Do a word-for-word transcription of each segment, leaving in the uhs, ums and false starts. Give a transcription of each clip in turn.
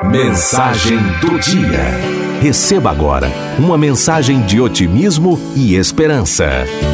Mensagem do dia. Receba agora uma mensagem de otimismo e esperança.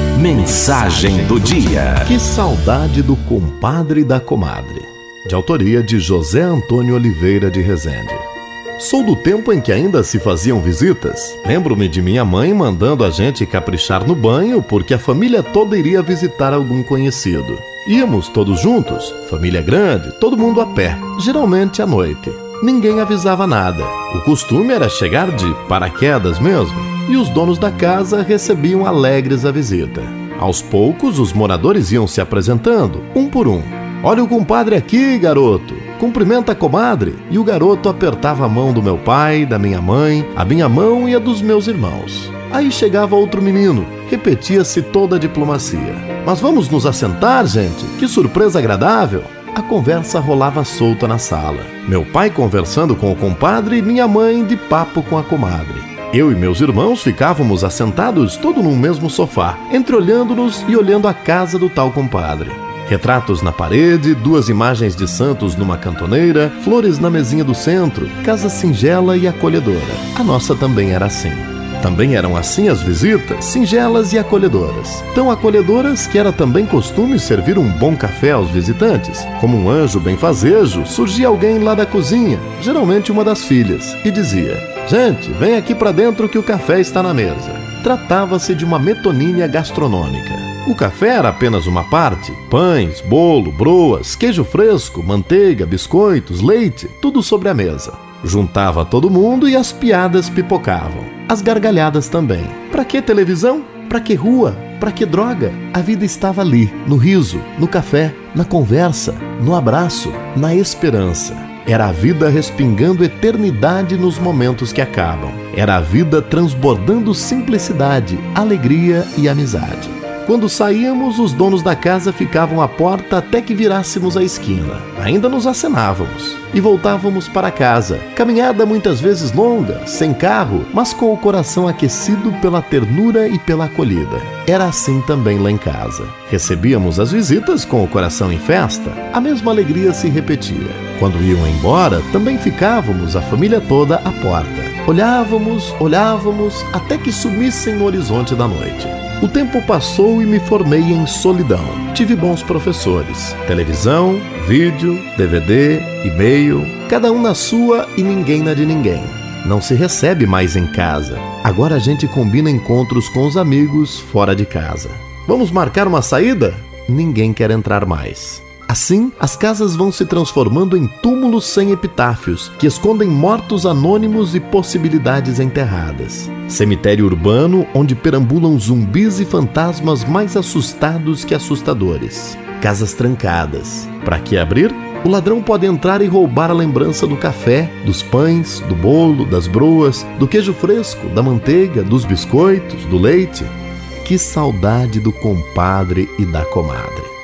Mensagem do dia. Que saudade do compadre e da comadre. De autoria de José Antônio Oliveira de Rezende. Sou do tempo em que ainda se faziam visitas. Lembro-me de minha mãe mandando a gente caprichar no banho porque a família toda iria visitar algum conhecido. Íamos todos juntos, família grande, todo mundo a pé, geralmente à noite. Ninguém avisava nada. O costume era chegar de paraquedas mesmo, e os donos da casa recebiam alegres a visita. Aos poucos, os moradores iam se apresentando, um por um. Olha o compadre aqui, garoto. Cumprimenta a comadre. E o garoto apertava a mão do meu pai, da minha mãe, a minha mão e a dos meus irmãos. Aí chegava outro menino. Repetia-se toda a diplomacia. Mas vamos nos assentar, gente? Que surpresa agradável! A conversa rolava solta na sala. Meu pai conversando com o compadre e minha mãe de papo com a comadre. Eu e meus irmãos ficávamos assentados todo num mesmo sofá, entreolhando-nos e olhando a casa do tal compadre. Retratos na parede, duas imagens de santos numa cantoneira, flores na mesinha do centro, casa singela e acolhedora. A nossa também era assim. Também eram assim as visitas, singelas e acolhedoras. Tão acolhedoras que era também costume servir um bom café aos visitantes. Como um anjo benfazejo, surgia alguém lá da cozinha, geralmente uma das filhas, e dizia: "Gente, vem aqui pra dentro que o café está na mesa." Tratava-se de uma metonímia gastronômica. O café era apenas uma parte. Pães, bolo, broas, queijo fresco, manteiga, biscoitos, leite, tudo sobre a mesa. Juntava todo mundo e as piadas pipocavam. As gargalhadas também. Pra que televisão? Pra que rua? Pra que droga? A vida estava ali, no riso, no café, na conversa, no abraço, na esperança. Era a vida respingando eternidade nos momentos que acabam. Era a vida transbordando simplicidade, alegria e amizade. Quando saíamos, os donos da casa ficavam à porta até que virássemos a esquina. Ainda nos acenávamos e voltávamos para casa. Caminhada muitas vezes longa, sem carro, mas com o coração aquecido pela ternura e pela acolhida. Era assim também lá em casa. Recebíamos as visitas com o coração em festa. A mesma alegria se repetia. Quando iam embora, também ficávamos, a família toda, à porta. Olhávamos, olhávamos, até que sumissem no horizonte da noite. O tempo passou e me formei em solidão. Tive bons professores. Televisão, vídeo, D V D, e-mail, cada um na sua e ninguém na de ninguém. Não se recebe mais em casa. Agora a gente combina encontros com os amigos fora de casa. Vamos marcar uma saída? Ninguém quer entrar mais. Assim, as casas vão se transformando em túmulos sem epitáfios, que escondem mortos anônimos e possibilidades enterradas. Cemitério urbano onde perambulam zumbis e fantasmas mais assustados que assustadores. Casas trancadas. Para que abrir? O ladrão pode entrar e roubar a lembrança do café, dos pães, do bolo, das broas, do queijo fresco, da manteiga, dos biscoitos, do leite. Que saudade do compadre e da comadre.